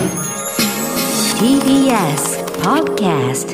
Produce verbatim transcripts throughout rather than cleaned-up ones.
ティービーエス Podcast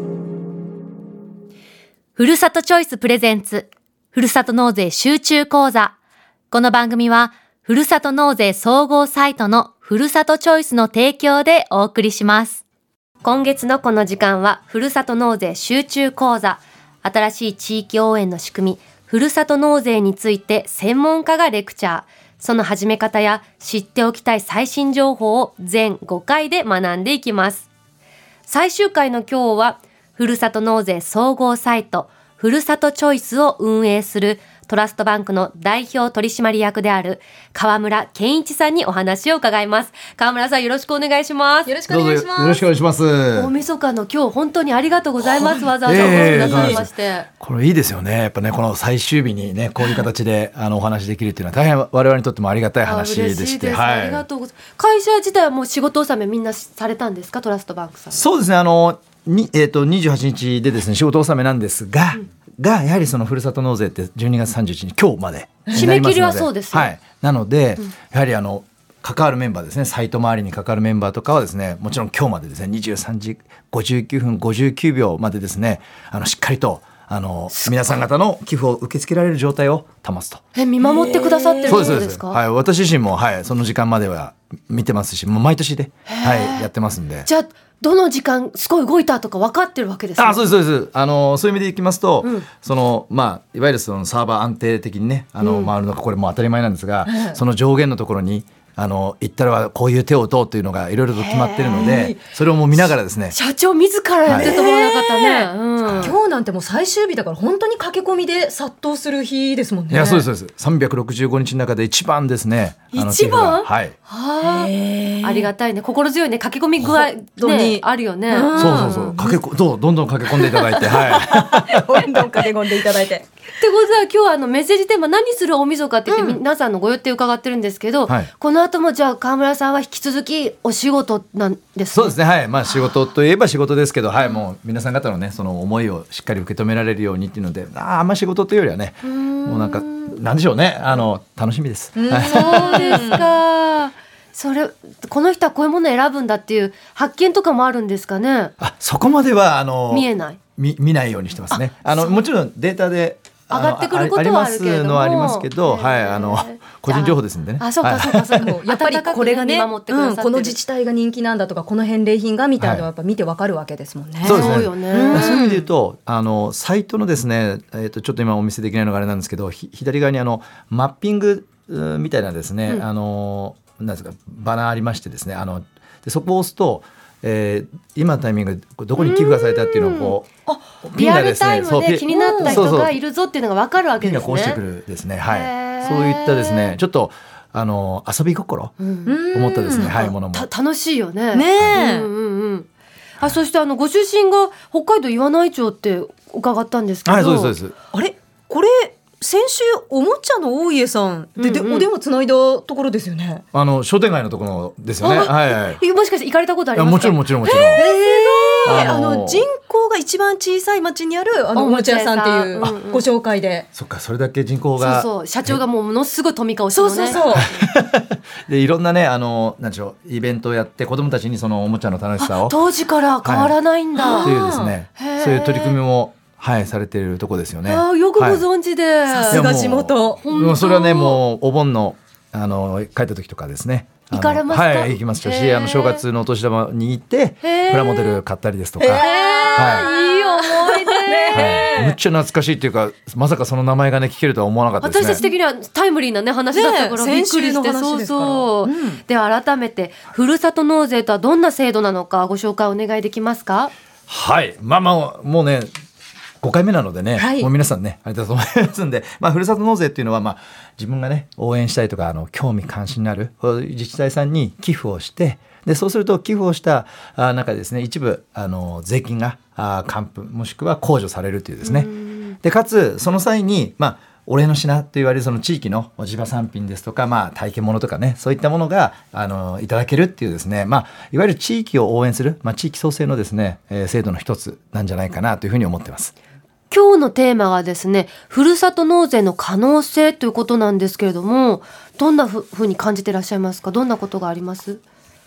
ふるさとチョイスプレゼンツふるさと納税集中講座。この番組はふるさと納税総合サイトのふるさとチョイスの提供でお送りします。今月のこの時間はふるさと納税集中講座、新しい地域応援の仕組みふるさと納税について専門家がレクチャー、その始め方や知っておきたい最新情報を全ごかいで学んでいきます。最終回の今日はふるさと納税総合サイトふるさとチョイスを運営するトラストバンクの代表取締役である川村健一さんにお話を伺います。川村さん、よろしくお願いします。 よろしくお願いします。 よろしくお願いします。 大晦日の今日本当にありがとうございます。わざわざお越しくださいまして、えー、 これいいですよね。やっぱね、この最終日にねこういう形であのお話できるっていうのは大変我々にとってもありがたい話でして、 あ、嬉しいです、 はい、 ありがとうございます。会社自体はもう仕事納めみんなされたんですか、トラストバンクさん。 そうですね、あのに、えー、とにじゅうはちにちでですね仕事納めなんですが、うんがやはりそのふるさと納税ってじゅうにがつさんじゅういちにち今日まで締め切りはそうですよ、 はい、なので、うん、やはりあの関わるメンバーですね、サイト周りに関わるメンバーとかはですね、もちろん今日までですねにじゅうさんじごじゅうきゅうふんごじゅうきゅうびょうまでですね、あのしっかりとあの皆さん方の寄付を受け付けられる状態を保つと。 え、見守ってくださってるんですか。 そうです、はい、私自身も、はい、その時間までは見てますし、もう毎年で、はい、やってますんで。 じゃあどの時間すごい動いたとか分かってるわけですか。 あ、そうですそうです。あのそういう意味でいきますと、うん、そのまあいわゆるそのサーバー安定的にねあの、うん、回るのがこれも当たり前なんですが、うん、その上限のところにあの行ったらこういう手を打とうというのがいろいろと決まっているので、それをもう見ながらですね、 社長自らやってと思わなかったね、 うん、今日なんてもう最終日だから本当に駆け込みで殺到する日ですもんね。 いや、そうですそうです。さんびゃくろくじゅうごにちの中で一番ですね。 一番、 はい、 はあ、ありがたいね、心強いね、駆け込み具合、ね、あるよね、 うん、そうそうそう、駆けこどうどんどん駆け込んでいただいて、 はい、どんどん駆け込んでいただいてってことは今日はあのメッセージテーマ何する大晦日って言って、うん、皆さんのご予定伺ってるんですけど、はい、この後もじゃあ川村さんは引き続きお仕事なんですね。 そうですね、はい、まあ、仕事といえば仕事ですけど、はい、もう皆さん方のねその思いをしっかり受け止められるようにっていうので、ああんま仕事というよりはね、うもうなんかなんでしょうね、あの楽しみです。 そうですか。それこの人はこういうものを選ぶんだっていう発見とかもあるんですかね。 あ、そこまではあの見えない見, 見ないようにしてますね。あのもちろんデータで上がってくることはあるけれども、 ありますけど、はい、あの個人情報ですんでね。 あ、そうかそうかそうか。 やっぱりこれがね、うん、この自治体が人気なんだとかこの返礼品がみたいなのはやっぱ見てわかるわけですもんね。 はい、そうですね。 そうよね。 そういう意味で言うと、あのサイトのですね、えー、とちょっと今お見せできないのがあれなんですけど、左側にあのマッピングみたいなですね、うん、あのなんですかバナーありましてですね、あのでそこを押すと。えー、今のタイミングどこに寄付がされたっていうのをこう、 うん、リアルタイムで気になった人がいるぞっていうのが分かるわけですね。 ピンがこうしてくるですね、はい、そういったですねちょっとあの遊び心、うん、思ったですね、はい、ものも楽しいよね。 ねえ、 うんうんうん、あ、そしてあのご出身が北海道岩内町って伺ったんですけど、 はい、そうですそうです。 あれこれ先週おもちゃの大家さんで、うんうん、お電話つないだところですよね。 あの商店街のところですよね。はいはい、 もしかして行かれたことありますか。 もちろんもちろんもちろん。 えー、あの人口が一番小さい町にあるあのおもちゃ屋さんっていう、うんうん、ご紹介で。 そっか、それだけ人口が。 そうそう、社長がもうものすごい富顔してるね。 そうそうそうでいろんなね、あのなんでしょう、イベントをやって子どもたちにそのおもちゃの楽しさを当時から変わらないんだ、 はい、というですね、そういう取り組みも。はい、されているとこですよね。 あ、よくご存知で、 さすが地元。 もうそれはね、もうお盆のあの帰った時とかですね。 行かれますか。 はい、行きましたし、あの正月のお年玉に行ってプラモデル買ったりですとか。 はい、いい思い出。 はい、むっちゃ懐かしいっていうか、まさかその名前がね聞けるとは思わなかったですね。 私たち的にはタイムリーなね話だったからびっくりして、そうそう、うん、で改めてふるさと納税とはどんな制度なのかご紹介お願いできますか。 はい、まあまあもうね。ごかいめなのでね、はい、もう皆さんねあれだと思いますんで、まあ、ふるさと納税っていうのは、まあ、自分がね応援したいとかあの興味関心のある自治体さんに寄付をして、でそうすると寄付をした中でですね一部あの税金があ還付もしくは控除されるというですね。でかつその際に、まあ、お礼の品と言われるその地域の地場産品ですとか、まあ、体験物とかねそういったものがあのいただけるっていうですね、まあ、いわゆる地域を応援する、まあ、地域創生のですね、えー、制度の一つなんじゃないかなというふうに思ってます。 今日のテーマがですね、ふるさと納税の可能性ということなんですけれども、どんなふうに感じていらっしゃいますか。どんなことがあります。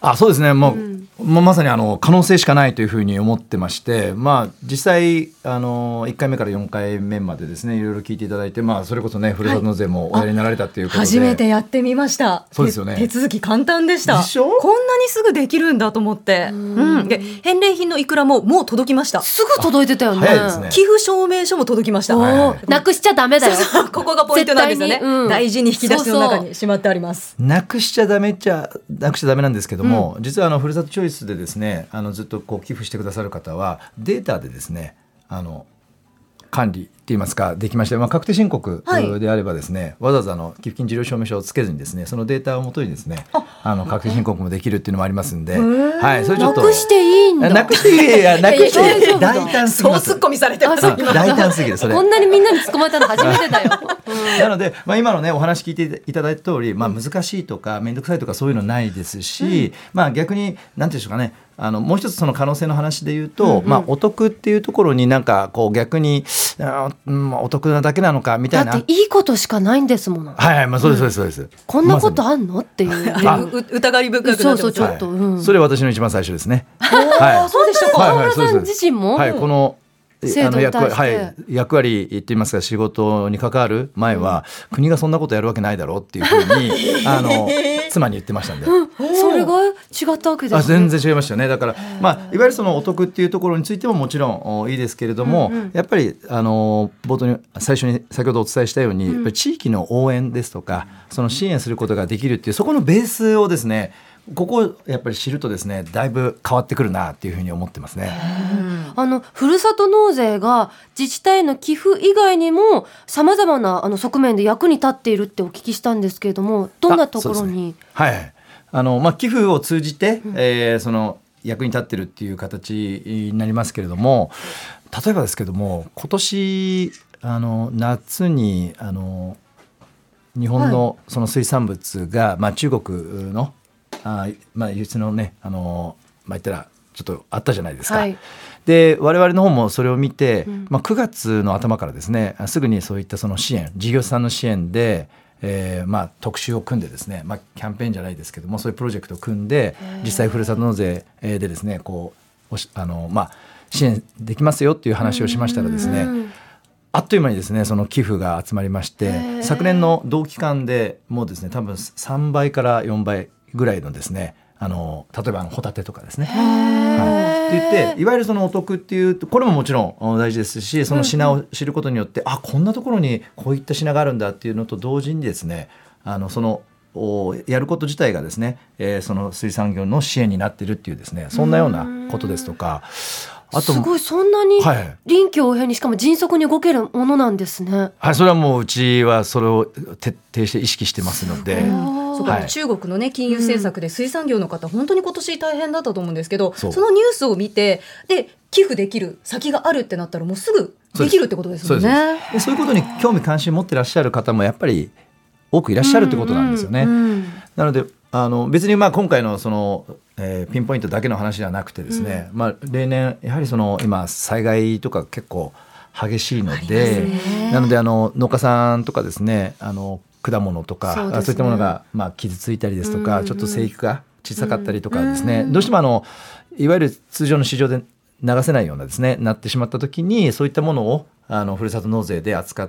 あ、そうですね、もう、うんまあ、まさにあの可能性しかないというふうに思ってまして、まあ、実際あのいっかいめからよんかいめまでですねいろいろ聞いていただいて、まあ、それこそねふるさと納税もおやりになられたということで、はい、 初めてやってみました。 そうですよね。 手続き簡単でした。 でしょ？ こんなにすぐできるんだと思って、うん、で返礼品のいくらももう届きました。 すぐ届いてたよね。 早いですね。 寄付証明書も届きました。 はいはい、なくしちゃダメだよ。 そうそうここがポイントなんですよね、うん、大事に引き出しの中にしまってあります。 そうそうなくしちゃダメっちゃなくしちゃダメなんですけども、うん、実はあのふるさとチョイスでですねあのずっとこう寄付してくださる方はデータでですねあの管理って言いますかできまして、まあ、確定申告であればですね、はい、わざわざの寄付金受領証明書をつけずにですねそのデータをもとにですねあの確定申告もできるっていうのもありますんで、はい、それちょっとなくしていいんだ。 なくしていいやなくして大胆すぎます。 そうツッコミされてます。 大胆すぎるそれ。 こんなにみんなに突っ込まれたの初めてだよ。 うん、なので、まあ、今のねお話聞いていただいた通り、まあ、難しいとか面倒くさいとかそういうのないですし、うんまあ、逆に何て言うんでしょうかねあのもう一つその可能性の話で言うと、うんうんまあ、お得っていうところになんかこう逆にあ、うん、お得なだけなのかみたいな。 だっていいことしかないんですもの。 はいはい、まあ、そうですそうですそうです、うん、 こんなことあんのっていうう疑り深くなってます。 そうそうちょっと、はいうん、 それ私の一番最初ですね。 はい、そうでしたか。 川村さん自身も、 はい、このあの役割、はい、役割言ってみますか仕事に関わる前は、うん、国がそんなことやるわけないだろうっていうふうにあの妻に言ってましたんで、うん、 それが違ったわけですね。 あ全然違いましたよね。だから、まあ、いわゆるそのお得っていうところについてももちろんいいですけれども、うんうん、やっぱりあの冒頭に最初に先ほどお伝えしたように、うん、やっぱり地域の応援ですとかその支援することができるっていうそこのベースをですねここをやっぱり知るとですねだいぶ変わってくるなっていうふうに思ってますね。 あのふるさと納税が自治体への寄付以外にもさまざまなあの側面で役に立っているってお聞きしたんですけれどもどんなところに、ねはいあのまあ、寄付を通じて、うんえー、その役に立ってるっていう形になりますけれども例えばですけども今年あの夏にあの日本のその水産物が、はいまあ、中国のあまあ、輸出のねあの、まあ、言ったらちょっとあったじゃないですか、はい、で我々の方もそれを見て、うんまあ、くがつの頭からですねすぐにそういったその支援事業者さんの支援で、えーまあ、特集を組んでですね、まあ、キャンペーンじゃないですけどもそういうプロジェクトを組んで実際ふるさと納税でですねこうあの、まあ、支援できますよっていう話をしましたらですね、うんあっという間にですねその寄付が集まりまして昨年の同期間でもうですね多分さんばいからよんばいぐらいのですねあの例えばあのホタテとかですね、はい、って言っていわゆるそのお得っていうこれももちろん大事ですしその品を知ることによって、うんうん、あこんなところにこういった品があるんだっていうのと同時にですねあのそのやること自体がですね、えー、その水産業の支援になっているっていうですねそんなようなことですとかあとすごいそんなに臨機応変にしかも迅速に動けるものなんですね。 はい、それはもううちはそれを徹底して意識してますのでそうか、はい、中国の、ね、金融政策で水産業の方、うん、本当に今年大変だったと思うんですけど そ, そのニュースを見てで寄付できる先があるってなったらもうすぐできるってことですよね。 そうですでそういうことに興味関心持ってらっしゃる方もやっぱり多くいらっしゃるってことなんですよね、うんうんうん、なのであの別にまあ今回のその、えー、ピンポイントだけの話ではなくてですね、うんまあ、例年やはりその今災害とか結構激しいので、なのであの農家さんとかですねあの果物とか そうですね、そういったものがまあ傷ついたりですとか、うんうん、ちょっと生育が小さかったりとかですね、うんうん、どうしてもあのいわゆる通常の市場で流せないようなですねなってしまった時にそういったものをあのふるさと納税で扱って、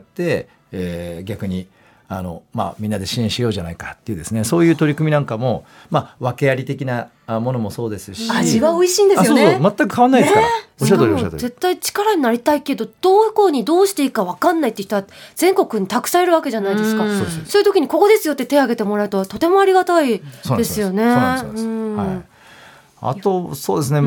えー、逆にあのまあ、みんなで支援しようじゃないかっていうですねそういう取り組みなんかも、まあ、訳あり的なものもそうですし味は美味しいんですよね。 そうそう全く変わんないですから、ね、おっしゃる通りおっしゃる通り絶対力になりたいけどどこにどうしていいか分かんないって人は全国にたくさんいるわけじゃないですか。うんそういう時にここですよって手を挙げてもらうととてもありがたいですよね。 あとそうですね、うん、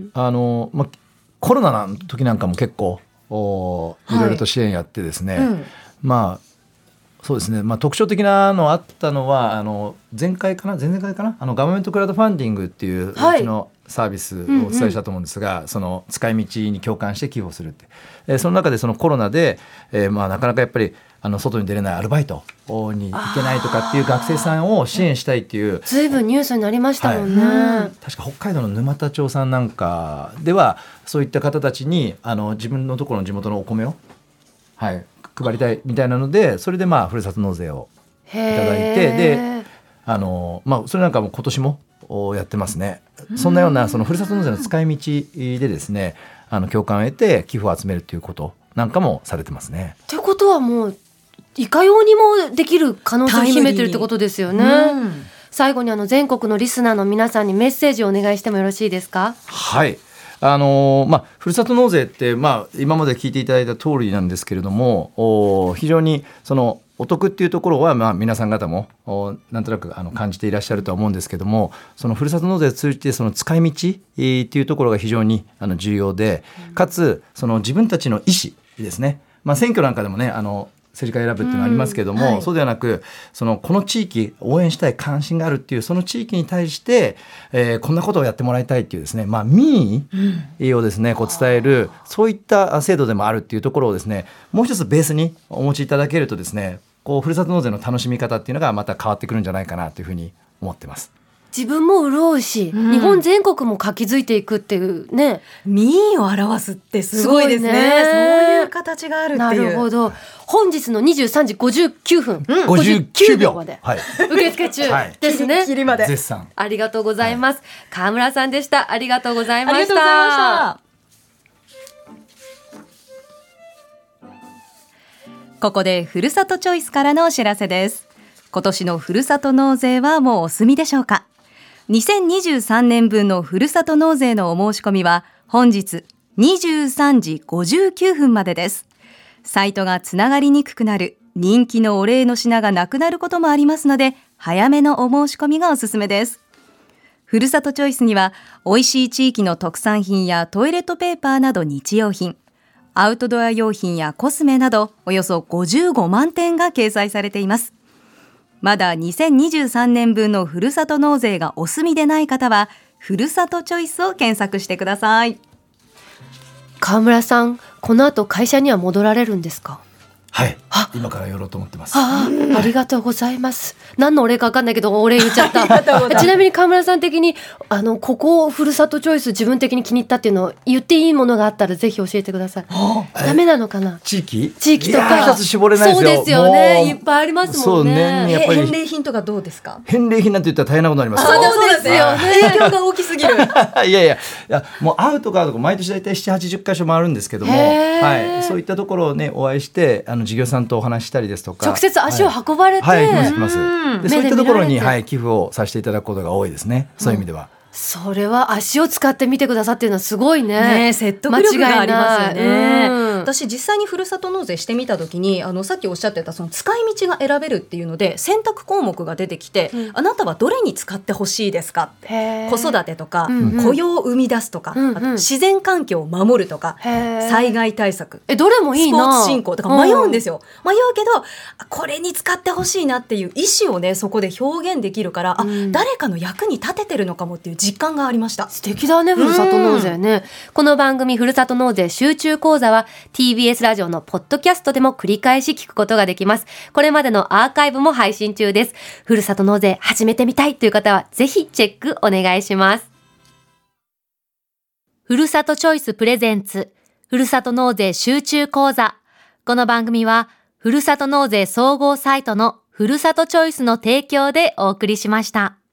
あの、ま、コロナの時なんかも結構おいろいろと支援やってですね、はいうん、まあそうですねまあ、特徴的なのあったのはあの前回かな前々回かなあのガバメントクラウドファンディングっていう、はい、うちのサービスをお伝えしたと思うんですが、うんうん、その使い道に共感して寄付をするって、えー、その中でそのコロナで、えーまあ、なかなかやっぱりあの外に出れないアルバイトに行けないとかっていう学生さんを支援したいっていうずいぶんニュースになりましたもんね、 はい、確か北海道の沼田町さんなんかではそういった方たちにあの自分のところの地元のお米をはい配りたいみたいなのでそれでまあふるさと納税をいただいてであの、まあ、それなんかも今年もやってますね。そんなようなそのふるさと納税の使い道でですね、あの共感を得て寄付を集めるということなんかもされてますね。 ということはもういかようにもできる可能性を秘めてるってことですよね。最後にあの全国のリスナーの皆さんにメッセージをお願いしてもよろしいですか。 はい、あのーまあ、ふるさと納税って、まあ、今まで聞いていただいた通りなんですけれども、非常にそのお得っていうところは、まあ、皆さん方もなんとなくあの感じていらっしゃるとは思うんですけども、そのふるさと納税を通じてその使い道っていうところが非常にあの重要で、かつその自分たちの意思ですね、まあ、選挙なんかでもね、あの政治家選ぶっていうのはありますけども、うんはい、そうではなくそのこの地域応援したい関心があるっていうその地域に対して、えー、こんなことをやってもらいたいっていうですね、まあ、民意をですね、こう伝えるそういった制度でもあるっていうところをですね、もう一つベースにお持ちいただけるとですね、こうふるさと納税の楽しみ方っていうのがまた変わってくるんじゃないかなというふうに思ってます。 自分も潤うし、うん、日本全国も活気づいていくっていうね、 民意を表すってすごいですね。すごいね、そういう形があるっていう。 なるほど。本日のにじゅうさんじごじゅうきゅうふん、 うん、ごじゅうきゅうびょうまで、はい、受付中ですね。 ギリギリまで絶賛ありがとうございます、はい、川村さんでした。ありがとうございました。ありがとうございました。ここでふるさとチョイスからのお知らせです。今年のふるさと納税はもうお済みでしょうか。にせんにじゅうさんねんぶんのふるさと納税のお申し込みは本日にじゅうさんじごじゅうきゅうふんまでです。サイトがつながりにくくなる、人気のお礼の品がなくなることもありますので、早めのお申し込みがおすすめです。ふるさとチョイスには美味しい地域の特産品やトイレットペーパーなど日用品、アウトドア用品やコスメなどおよそごじゅうごまんてんが掲載されています。まだにせんにじゅうさんねんぶんのふるさと納税がお済みでない方はふるさとチョイスを検索してください。 川村さん、この後会社には戻られるんですか。 はい、今から寄ろうと思ってます。 あ, ありがとうございます。何のお礼か分かんないけどお礼言っちゃったちなみに川村さん的にあのここふるさとチョイス自分的に気に入ったっていうのを言っていいものがあったらぜひ教えてください。ダメなのかな。 地域地域とか一つ絞れないですよ。 そうですよね、いっぱいありますもんね。 やっぱり返礼品とかどうですか。 返礼品なんて言ったら大変なことになりますよ。 そうですよね、影響が大きすぎるいやいやいや、もうアウトカーとか毎年大体ななじゅうはちじゅっかしょ回るんですけども、はい、そういったところをねお会いしてあの事業さんとお話したりですとか、 直接足を運ばれて、 はい、はい、行きます行きます。でそういったところに、はい、寄付をさせていただくことが多いですね。そういう意味では、 それは足を使ってみてくださっていうのはすごい ね, ね説得力がありますよね、うん、私実際にふるさと納税してみた時にあのさっきおっしゃってたその使い道が選べるっていうので選択項目が出てきて、うん、あなたはどれに使ってほしいですかって、子育てとか、うんうん、雇用を生み出すとか、うんうん、あと自然環境を守るとか、災害対策、 えどれもいいな、 スポーツ振興とか迷うんですよ、うん、迷うけどこれに使ってほしいなっていう意思をねそこで表現できるから、うん、あ誰かの役に立ててるのかもっていう実感がありました。 素敵だね、ふるさと納税ね。この番組ふるさと納税集中講座は ティービーエス ラジオのポッドキャストでも繰り返し聞くことができます。これまでのアーカイブも配信中です。ふるさと納税始めてみたいという方はぜひチェックお願いします。ふるさとチョイスプレゼンツふるさと納税集中講座。この番組はふるさと納税総合サイトのふるさとチョイスの提供でお送りしました。